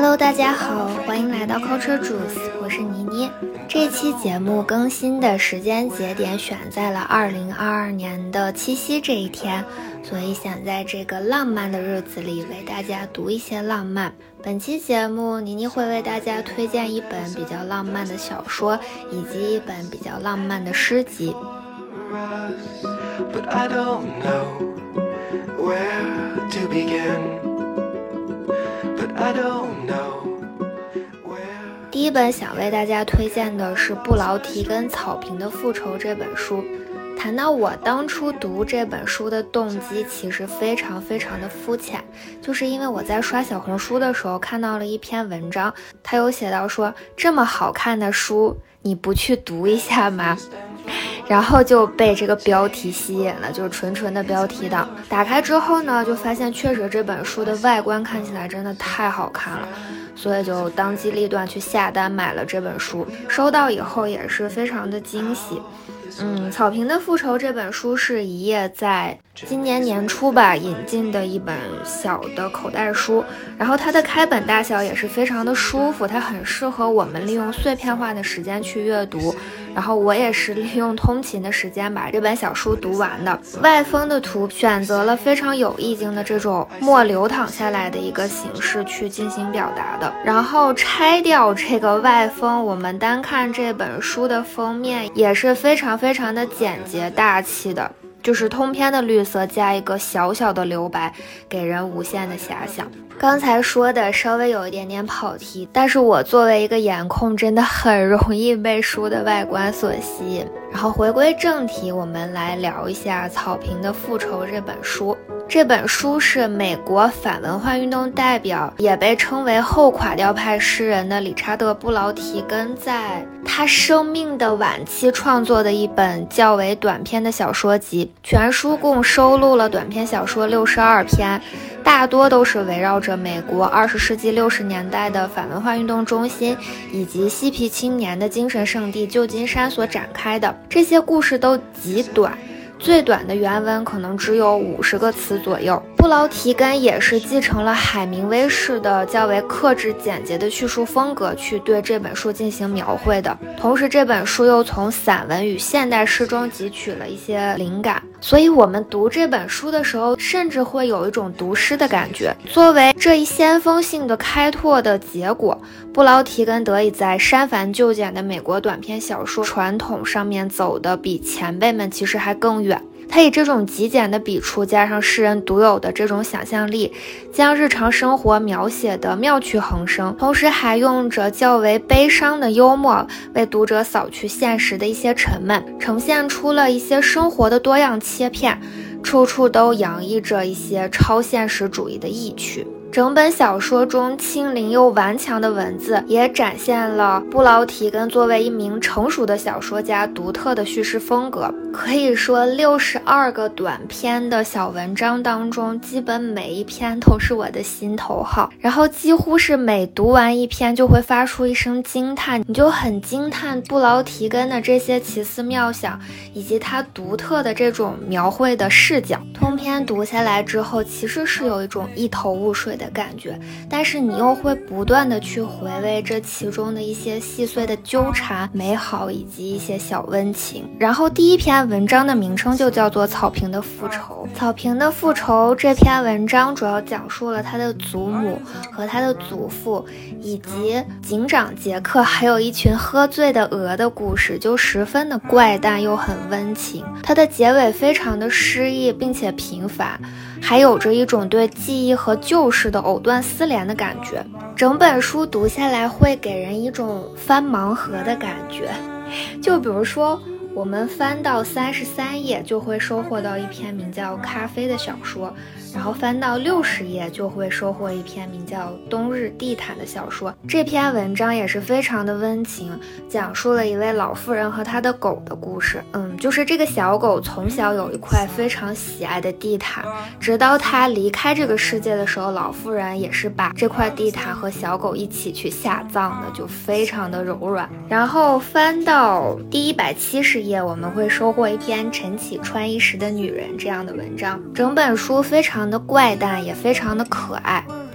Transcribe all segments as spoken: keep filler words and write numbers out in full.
Hello， 大家好，欢迎来到 Culture Juice， 我是妮妮。这期节目更新的时间节点选在了二零二二年的七夕这一天，所以想在这个浪漫的日子里为大家读一些浪漫。本期节目，妮妮会为大家推荐一本比较浪漫的小说，以及一本比较浪漫的诗集。But I don't know where to begin.But I don't know where... 第一本想为大家推荐的是布劳提根草坪的复仇这本书。谈到我当初读这本书的动机，其实非常非常的肤浅，就是因为我在刷小红书的时候看到了一篇文章，它有写到说，这么好看的书你不去读一下吗？然后就被这个标题吸引了，就是纯纯的标题党。打开之后呢，就发现确实这本书的外观看起来真的太好看了，所以就当机立断去下单买了这本书。收到以后也是非常的惊喜。嗯，草坪的复仇这本书是一页在今年年初吧引进的一本小的口袋书，然后它的开本大小也是非常的舒服，它很适合我们利用碎片化的时间去阅读。然后我也是利用通勤的时间把这本小书读完的。外封的图选择了非常有意境的这种墨流淌下来的一个形式去进行表达的。然后拆掉这个外封，我们单看这本书的封面也是非常非常的简洁大气的，就是通篇的绿色加一个小小的留白，给人无限的遐想。刚才说的稍微有一点点跑题，但是我作为一个颜控真的很容易被书的外观所吸引。然后回归正题，我们来聊一下草坪的复仇这本书。这本书是美国反文化运动代表，也被称为后垮掉派诗人的理查德·布劳提根在他生命的晚期创作的一本较为短篇的小说集。全书共收录了短篇小说六十二篇，大多都是围绕着美国二十世纪六十年代的反文化运动中心以及嬉皮青年的精神圣地旧金山所展开的。这些故事都极短，最短的原文可能只有五十个词左右。布劳提根也是继承了海明威式的较为克制简洁的叙述风格去对这本书进行描绘的，同时这本书又从散文与现代诗中汲取了一些灵感，所以我们读这本书的时候甚至会有一种读诗的感觉。作为这一先锋性的开拓的结果，布劳提根得以在删繁就简的美国短篇小说传统上面走的比前辈们其实还更远。他以这种极简的笔触加上诗人独有的这种想象力，将日常生活描写的妙趣横生，同时还用着较为悲伤的幽默为读者扫去现实的一些沉闷，呈现出了一些生活的多样切片，处处都洋溢着一些超现实主义的意趣。整本小说中轻灵又顽强的文字也展现了布劳提根作为一名成熟的小说家独特的叙事风格。可以说六十二个短篇的小文章当中，基本每一篇都是我的心头好，然后几乎是每读完一篇就会发出一声惊叹，你就很惊叹布劳提根的这些奇思妙想以及他独特的这种描绘的视角。通篇读下来之后其实是有一种一头雾水的感觉，但是你又会不断的去回味这其中的一些细碎的纠缠美好以及一些小温情。然后第一篇文章的名称就叫做草坪的复仇。草坪的复仇这篇文章主要讲述了他的祖母和他的祖父以及警长杰克还有一群喝醉的鹅的故事，就十分的怪诞又很温情。它的结尾非常的诗意并且平凡，还有着一种对记忆和旧事的藕断丝连的感觉。整本书读下来会给人一种翻盲盒的感觉，就比如说我们翻到三十三页就会收获到一篇名叫《咖啡》的小说，然后翻到六十页就会收获一篇名叫《冬日地毯》的小说。这篇文章也是非常的温情，讲述了一位老妇人和她的狗的故事。嗯，就是这个小狗从小有一块非常喜爱的地毯，直到它离开这个世界的时候，老妇人也是把这块地毯和小狗一起去下葬的，就非常的柔软。然后翻到第一百七十页，我们会收获一篇晨起穿衣时的女人这样的文章。整本书非常的怪诞，也非常的可爱。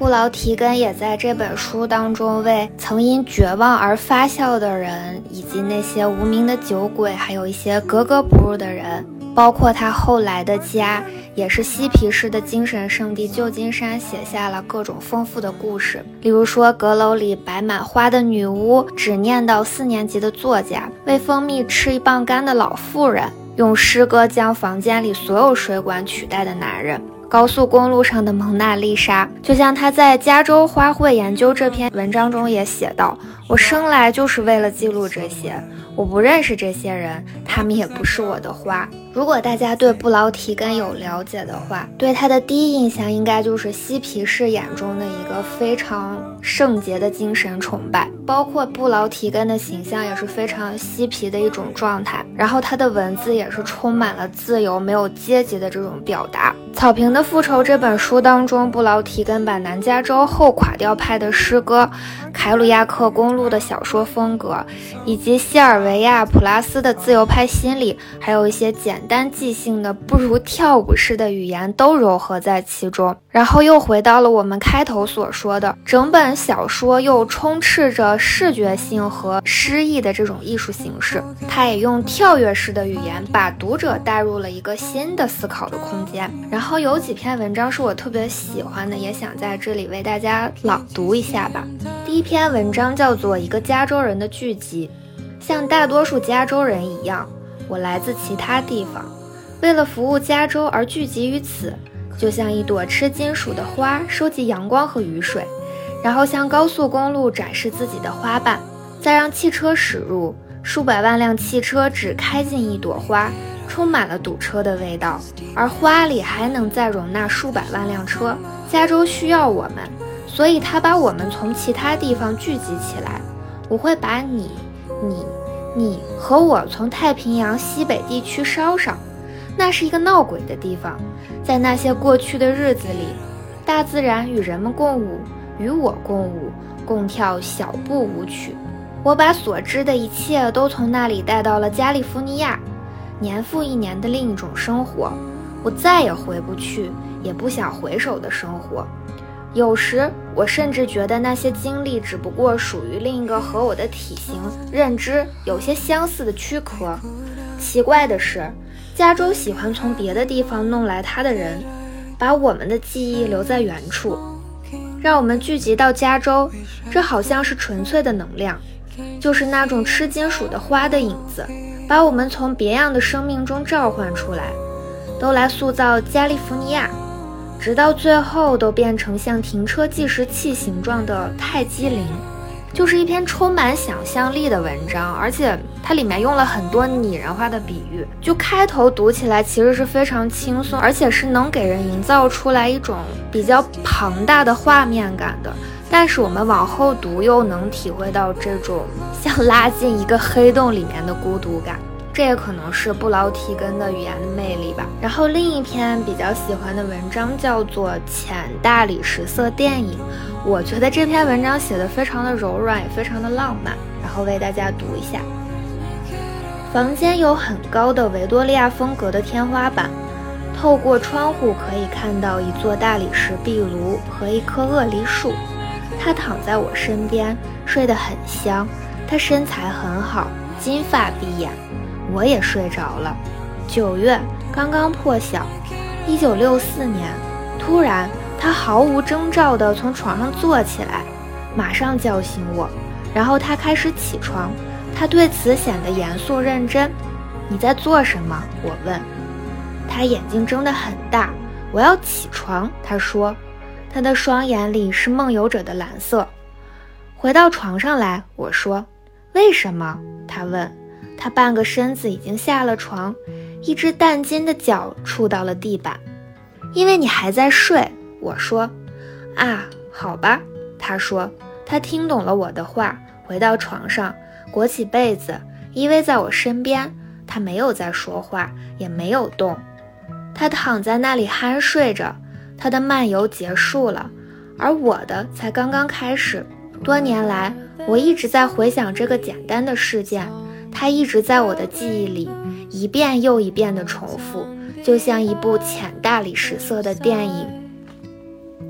布劳提根也在这本书当中为曾因绝望而发笑的人，以及那些无名的酒鬼，还有一些格格不入的人，包括他后来的家，也是嬉皮士的精神圣地旧金山，写下了各种丰富的故事。例如说，阁楼里摆满花的女巫，只念到四年级的作家，为蜂蜜吃一磅干的老妇人，用诗歌将房间里所有水管取代的男人，高速公路上的蒙娜丽莎。就像他在加州花卉研究这篇文章中也写道，我生来就是为了记录这些，我不认识这些人，他们也不是我的花。如果大家对布劳提根有了解的话，对他的第一印象应该就是嬉皮士眼中的一个非常圣洁的精神崇拜，包括布劳提根的形象也是非常嬉皮的一种状态，然后他的文字也是充满了自由没有阶级的这种表达。草坪的复仇这本书当中，布劳提根把南加州后垮掉派的诗歌、凯鲁亚克公路的小说风格，以及西尔维亚普拉斯的自由派心理，还有一些简单即兴的不如跳舞式的语言都糅合在其中。然后又回到了我们开头所说的，整本小说又充斥着视觉性和诗意的这种艺术形式，它也用跳跃式的语言把读者带入了一个新的思考的空间。然后有几篇文章是我特别喜欢的，也想在这里为大家朗读一下吧。第一篇文章叫做《一个加州人的聚集》。像大多数加州人一样，我来自其他地方，为了服务加州而聚集于此，就像一朵吃金属的花，收集阳光和雨水，然后向高速公路展示自己的花瓣，再让汽车驶入，数百万辆汽车只开进一朵花，充满了堵车的味道，而花里还能再容纳数百万辆车。加州需要我们，所以他把我们从其他地方聚集起来。我会把你你你和我从太平洋西北地区捎上，那是一个闹鬼的地方。在那些过去的日子里，大自然与人们共舞，与我共舞，共跳小步舞曲。我把所知的一切都从那里带到了加利福尼亚，年复一年的另一种生活，我再也回不去，也不想回首的生活。有时我甚至觉得那些经历只不过属于另一个和我的体型、认知有些相似的躯壳。奇怪的是，加州喜欢从别的地方弄来他的人，把我们的记忆留在原处，让我们聚集到加州。这好像是纯粹的能量，就是那种吃金属的花的影子，把我们从别样的生命中召唤出来，都来塑造加利福尼亚，直到最后都变成像停车计时器形状的泰姬陵。就是一篇充满想象力的文章，而且它里面用了很多拟人化的比喻。就开头读起来其实是非常轻松，而且是能给人营造出来一种比较庞大的画面感的，但是我们往后读又能体会到这种像拉进一个黑洞里面的孤独感。这也可能是布劳提根的语言的魅力吧。然后另一篇比较喜欢的文章叫做《浅大理石色电影》，我觉得这篇文章写得非常的柔软，也非常的浪漫，然后为大家读一下。房间有很高的维多利亚风格的天花板，透过窗户可以看到一座大理石壁炉和一棵鳄梨树。他躺在我身边，睡得很香，他身材很好，金发碧眼。我也睡着了。九月刚刚破晓，一九六四年。突然，他毫无征兆地从床上坐起来，马上叫醒我。然后他开始起床，他对此显得严肃认真。你在做什么？我问。他眼睛睁得很大。我要起床，他说。他的双眼里是梦游者的蓝色。回到床上来，我说。为什么？他问。他半个身子已经下了床，一只淡金的脚触到了地板。因为你还在睡，我说。啊，好吧，他说。他听懂了我的话，回到床上，裹起被子，依偎在我身边。他没有在说话，也没有动。他躺在那里酣睡着，他的漫游结束了，而我的才刚刚开始。多年来，我一直在回想这个简单的事件，它一直在我的记忆里一遍又一遍地重复，就像一部浅大理石色的电影。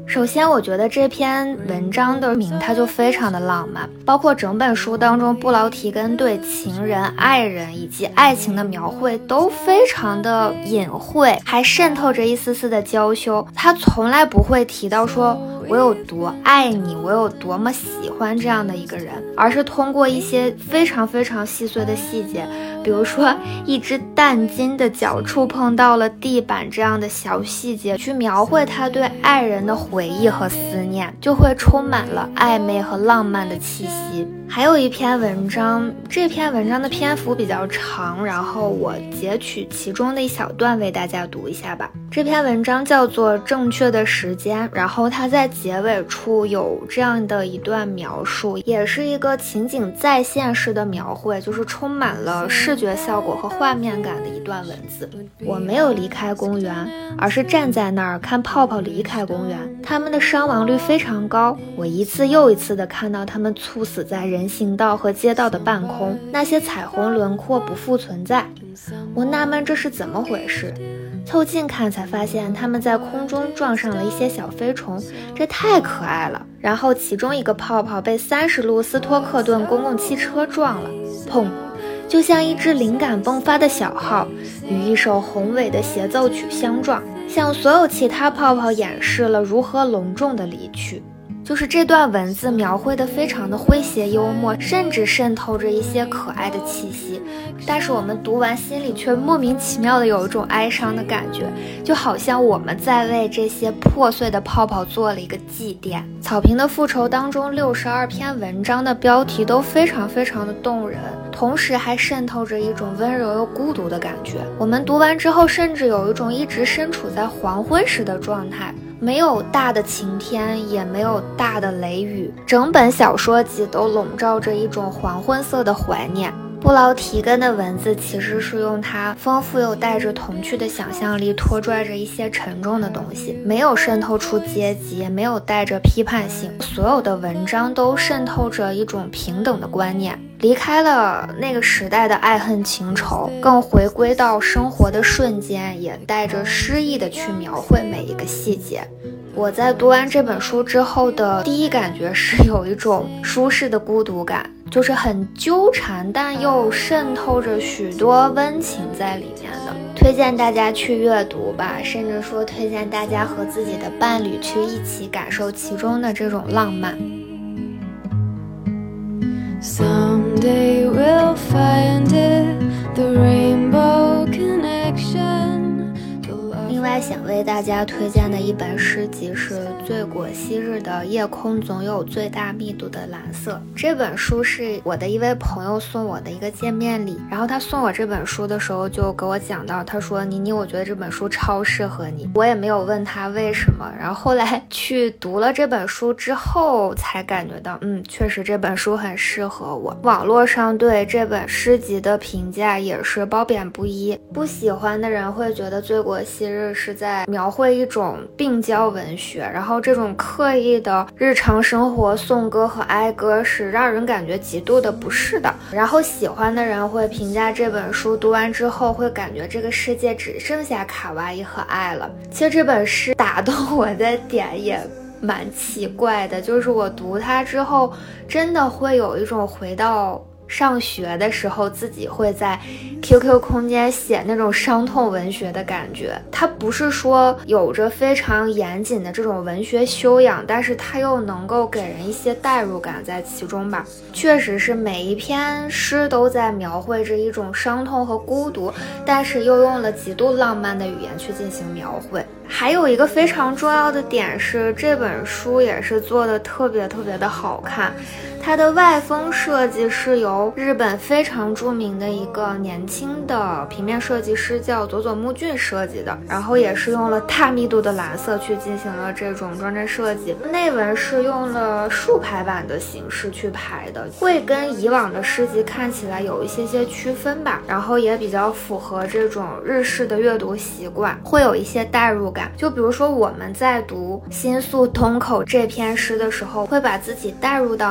首先我觉得这篇文章的名它就非常的浪漫，包括整本书当中布劳提根对情人、爱人以及爱情的描绘都非常的隐晦，还渗透着一丝丝的娇羞。他从来不会提到说我有多爱你，我有多么喜欢这样的一个人，而是通过一些非常非常细碎的细节，比如说一只淡金的脚触碰到了地板这样的小细节，去描绘他对爱人的回忆和思念，就会充满了暧昧和浪漫的气息。还有一篇文章，这篇文章的篇幅比较长，然后我截取其中的一小段为大家读一下吧。这篇文章叫做《正确的时间》，然后它在结尾处有这样的一段描述，也是一个情景再现式的描绘，就是充满了视觉效果和画面感的一段文字。我没有离开公园，而是站在那儿看泡泡离开公园，他们的伤亡率非常高，我一次又一次地看到他们猝死在人行道和街道的半空，那些彩虹轮廓不复存在。我纳闷这是怎么回事，凑近看才发现他们在空中撞上了一些小飞虫，这太可爱了。然后其中一个泡泡被三十路斯托克顿公共汽车撞了，砰，就像一只灵感迸发的小号与一首宏伟的协奏曲相撞，向所有其他泡泡演示了如何隆重的离去。就是这段文字描绘的非常的诙谐幽默，甚至渗透着一些可爱的气息，但是我们读完心里却莫名其妙的有一种哀伤的感觉，就好像我们在为这些破碎的泡泡做了一个祭奠。草坪的复仇当中六十二篇文章的标题都非常非常的动人，同时还渗透着一种温柔又孤独的感觉。我们读完之后甚至有一种一直身处在黄昏时的状态，没有大的晴天，也没有大的雷雨，整本小说集都笼罩着一种黄昏色的怀念。布劳提根的文字其实是用他丰富又带着童趣的想象力拖拽着一些沉重的东西，没有渗透出阶级，也没有带着批判性，所有的文章都渗透着一种平等的观念，离开了那个时代的爱恨情仇，更回归到生活的瞬间，也带着诗意的去描绘每一个细节。我在读完这本书之后的第一感觉是有一种舒适的孤独感，就是很纠缠但又渗透着许多温情在里面的，推荐大家去阅读吧，甚至说推荐大家和自己的伴侣去一起感受其中的这种浪漫。Someday we'll find it, the rainbow connection.另外想为大家推荐的一本诗集是醉果昔日的夜空总有最大密度的蓝色。这本书是我的一位朋友送我的一个见面礼，然后他送我这本书的时候就给我讲到，他说妮妮我觉得这本书超适合你，我也没有问他为什么，然后后来去读了这本书之后才感觉到嗯，确实这本书很适合我。网络上对这本诗集的评价也是褒贬不一，不喜欢的人会觉得醉果昔日是在描绘一种病娇文学，然后这种刻意的日常生活颂歌和哀歌是让人感觉极度的不适的。然后喜欢的人会评价这本书读完之后会感觉这个世界只剩下卡哇伊和爱了。其实这本诗打动我的点也蛮奇怪的，就是我读它之后真的会有一种回到上学的时候自己会在 Q Q 空间写那种伤痛文学的感觉。它不是说有着非常严谨的这种文学修养，但是它又能够给人一些代入感在其中吧。确实是每一篇诗都在描绘着一种伤痛和孤独，但是又用了极度浪漫的语言去进行描绘。还有一个非常重要的点是，这本书也是做的特别特别的好看。它的外封设计是由日本非常著名的一个年轻的平面设计师叫佐佐木俊设计的，然后也是用了大密度的蓝色去进行了这种装帧设计。内文是用了竖排版的形式去排的，会跟以往的诗集看起来有一些些区分吧，然后也比较符合这种日式的阅读习惯，会有一些代入感。就比如说我们在读新宿东口这篇诗的时候，会把自己带入到那个情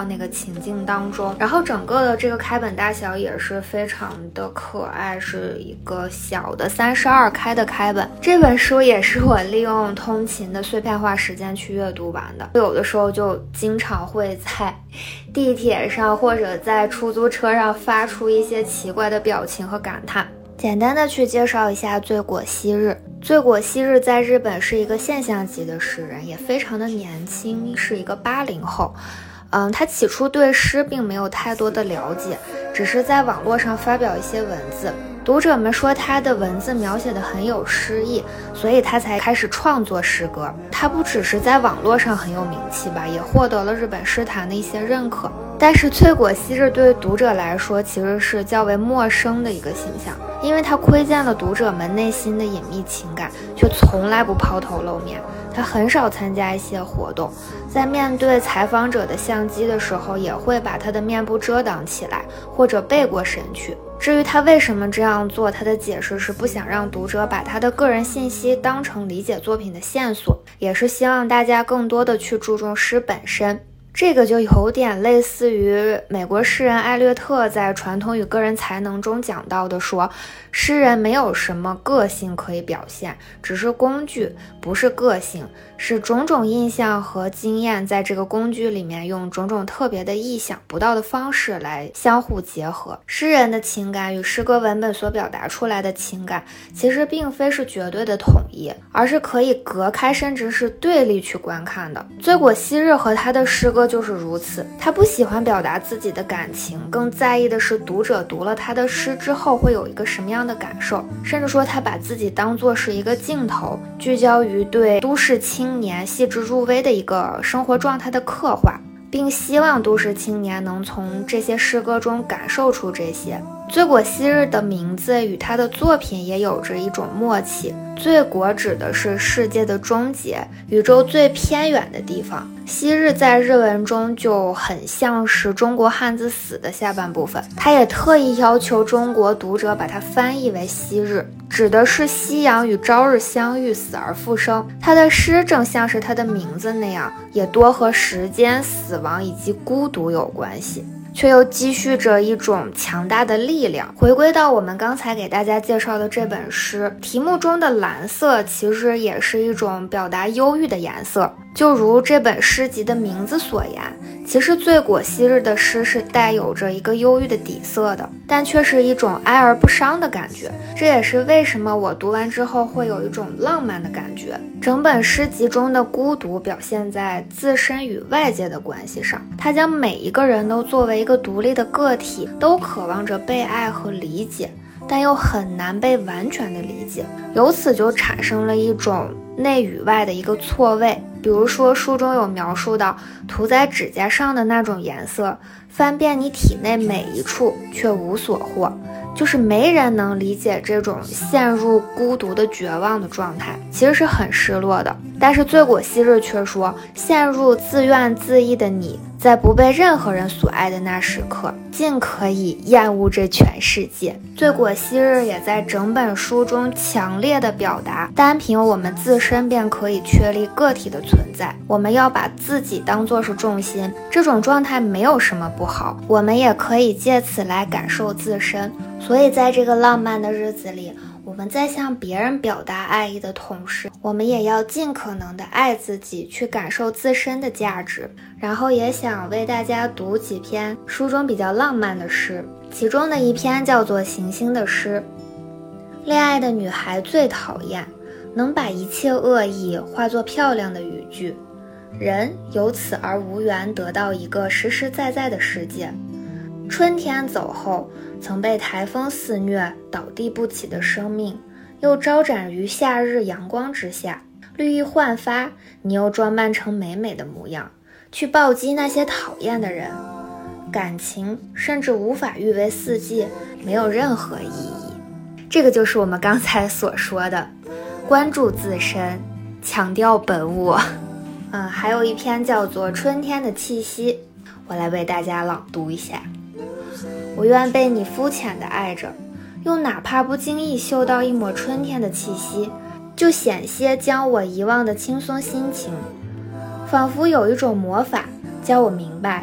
情境当中。然后整个的这个开本大小也是非常的可爱，是一个小的三十二开的开本。这本书也是我利用通勤的碎片化时间去阅读完的，有的时候就经常会在地铁上或者在出租车上发出一些奇怪的表情和感叹。简单的去介绍一下醉果昔日。醉果昔日在日本是一个现象级的诗人，也非常的年轻，是一个八零后。嗯，他起初对诗并没有太多的了解，只是在网络上发表一些文字，读者们说他的文字描写的很有诗意，所以他才开始创作诗歌。他不只是在网络上很有名气吧，也获得了日本诗坛的一些认可。但是醉果昔日对读者来说其实是较为陌生的一个形象，因为他窥见了读者们内心的隐秘情感，却从来不抛头露面。他很少参加一些活动，在面对采访者的相机的时候，也会把他的面部遮挡起来，或者背过身去。至于他为什么这样做，他的解释是不想让读者把他的个人信息当成理解作品的线索，也是希望大家更多的去注重诗本身。这个就有点类似于美国诗人艾略特在《传统与个人才能》中讲到的说，诗人没有什么个性可以表现，只是工具，不是个性，是种种印象和经验在这个工具里面用种种特别的意想不到的方式来相互结合。诗人的情感与诗歌文本所表达出来的情感其实并非是绝对的统一，而是可以隔开甚至是对立去观看的。醉果昔日和他的诗歌就是如此，他不喜欢表达自己的感情，更在意的是读者读了他的诗之后会有一个什么样的感受，甚至说他把自己当作是一个镜头，聚焦于对都市青年细致入微的一个生活状态的刻画，并希望都市青年能从这些诗歌中感受出这些。醉果昔日的名字与他的作品也有着一种默契，醉果指的是世界的终结，宇宙最偏远的地方。昔日在日文中就很像是中国汉字死的下半部分，他也特意要求中国读者把它翻译为昔日，指的是夕阳与朝日相遇，死而复生。他的诗正像是他的名字那样，也多和时间、死亡以及孤独有关系，却又积蓄着一种强大的力量。回归到我们刚才给大家介绍的这本诗，题目中的蓝色其实也是一种表达忧郁的颜色，就如这本诗集的名字所言，其实醉果昔日的诗是带有着一个忧郁的底色的，但却是一种哀而不伤的感觉。这也是为什么我读完之后会有一种浪漫的感觉。整本诗集中的孤独表现在自身与外界的关系上，他将每一个人都作为一个独立的个体，都渴望着被爱和理解，但又很难被完全的理解，由此就产生了一种内与外的一个错位。比如说书中有描述到涂在指甲上的那种颜色，翻遍你体内每一处却无所获，就是没人能理解这种陷入孤独的绝望的状态，其实是很失落的。但是醉果昔日却说，陷入自怨自艾的你，在不被任何人所爱的那时刻，尽可以厌恶这全世界。醉果昔日也在整本书中强烈的表达，单凭我们自身便可以确立个体的存在，我们要把自己当作是重心，这种状态没有什么不好，我们也可以借此来感受自身。所以在这个浪漫的日子里，我们在向别人表达爱意的同时，我们也要尽可能的爱自己，去感受自身的价值。然后也想为大家读几篇书中比较浪漫的诗，其中的一篇叫做《行星的诗》。恋爱的女孩最讨厌能把一切恶意化作漂亮的语句，人由此而无缘得到一个实实在在的世界。春天走后，曾被台风肆虐倒地不起的生命，又招展于夏日阳光之下，绿意焕发，你又装扮成美美的模样，去暴击那些讨厌的人。感情甚至无法誉为四季，没有任何意义。这个就是我们刚才所说的关注自身，强调本我。嗯，还有一篇叫做《春天的气息》，我来为大家朗读一下。我愿被你肤浅地爱着，用哪怕不经意嗅到一抹春天的气息，就险些将我遗忘的轻松心情。仿佛有一种魔法教我明白，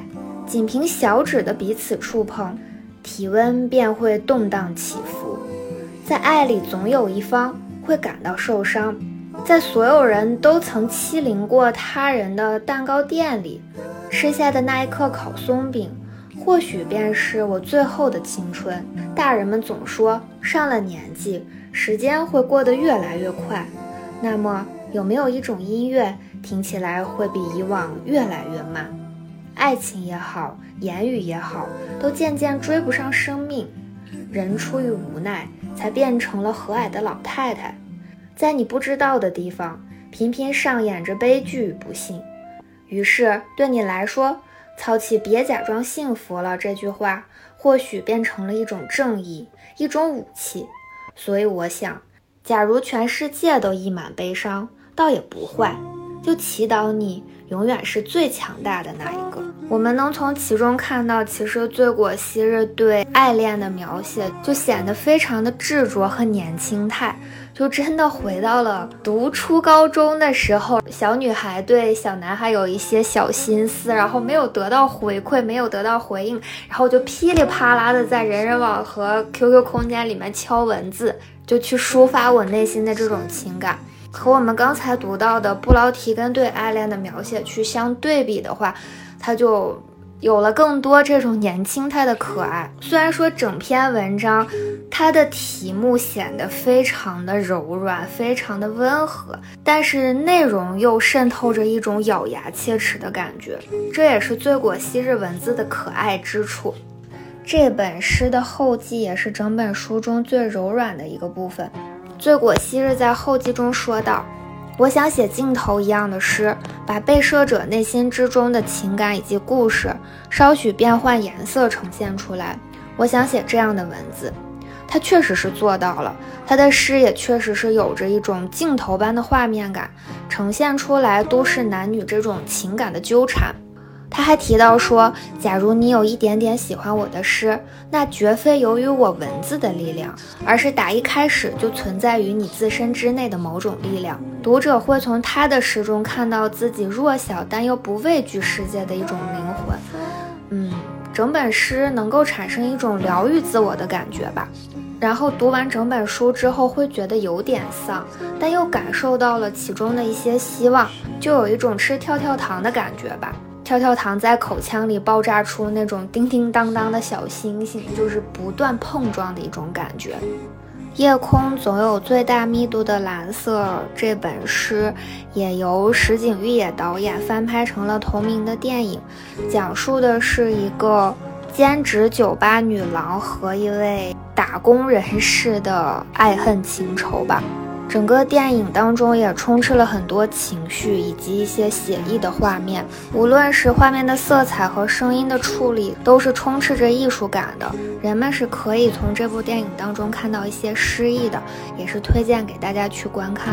仅凭小指的彼此触碰，体温便会动荡起伏。在爱里总有一方会感到受伤，在所有人都曾欺凌过他人的蛋糕店里，吃下的那一颗烤松饼，或许便是我最后的青春。大人们总说上了年纪，时间会过得越来越快，那么有没有一种音乐听起来会比以往越来越慢？爱情也好，言语也好，都渐渐追不上生命，人出于无奈才变成了和蔼的老太太，在你不知道的地方频频上演着悲剧与不幸。于是对你来说，操起别假装幸福了这句话或许变成了一种正义，一种武器。所以我想，假如全世界都溢满悲伤，倒也不坏，就祈祷你永远是最强大的那一个。我们能从其中看到，其实醉果昔日对爱恋的描写就显得非常的执着和年轻态，就真的回到了读初高中的时候，小女孩对小男孩有一些小心思，然后没有得到回馈，没有得到回应，然后就噼里啪啦的在人人网和 Q Q 空间里面敲文字，就去抒发我内心的这种情感。和我们刚才读到的布劳提根对爱恋的描写去相对比的话，它就有了更多这种年轻态的可爱。虽然说整篇文章它的题目显得非常的柔软，非常的温和，但是内容又渗透着一种咬牙切齿的感觉，这也是醉果昔日文字的可爱之处。这本诗的后记也是整本书中最柔软的一个部分。醉果昔日在后记中说道，我想写镜头一样的诗，把被摄者内心之中的情感以及故事稍许变换颜色呈现出来。我想写这样的文字。他确实是做到了，他的诗也确实是有着一种镜头般的画面感，呈现出来都市男女这种情感的纠缠。他还提到说，假如你有一点点喜欢我的诗，那绝非由于我文字的力量，而是打一开始就存在于你自身之内的某种力量。读者会从他的诗中看到自己弱小但又不畏惧世界的一种灵魂。嗯，整本诗能够产生一种疗愈自我的感觉吧。然后读完整本书之后会觉得有点丧，但又感受到了其中的一些希望，就有一种吃跳跳糖的感觉吧。跳跳糖在口腔里爆炸出那种叮叮当当的小星星，就是不断碰撞的一种感觉。夜空总有最大密度的蓝色，这本诗也由石井裕也导演翻拍成了同名的电影，讲述的是一个兼职酒吧女郎和一位打工人士的爱恨情仇吧。整个电影当中也充斥了很多情绪以及一些写意的画面，无论是画面的色彩和声音的处理，都是充斥着艺术感的。人们是可以从这部电影当中看到一些诗意的，也是推荐给大家去观看。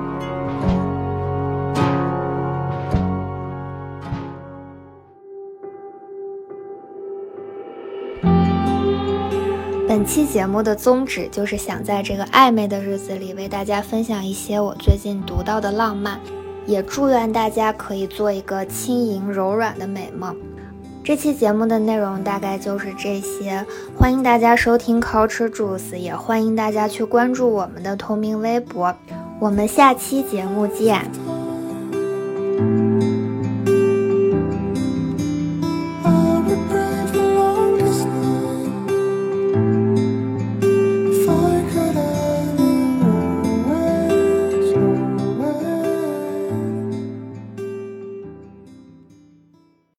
本期节目的宗旨就是想在这个暧昧的日子里为大家分享一些我最近读到的浪漫，也祝愿大家可以做一个轻盈柔软的美梦。这期节目的内容大概就是这些，欢迎大家收听 Culture Juice， 也欢迎大家去关注我们的同名微博，我们下期节目见。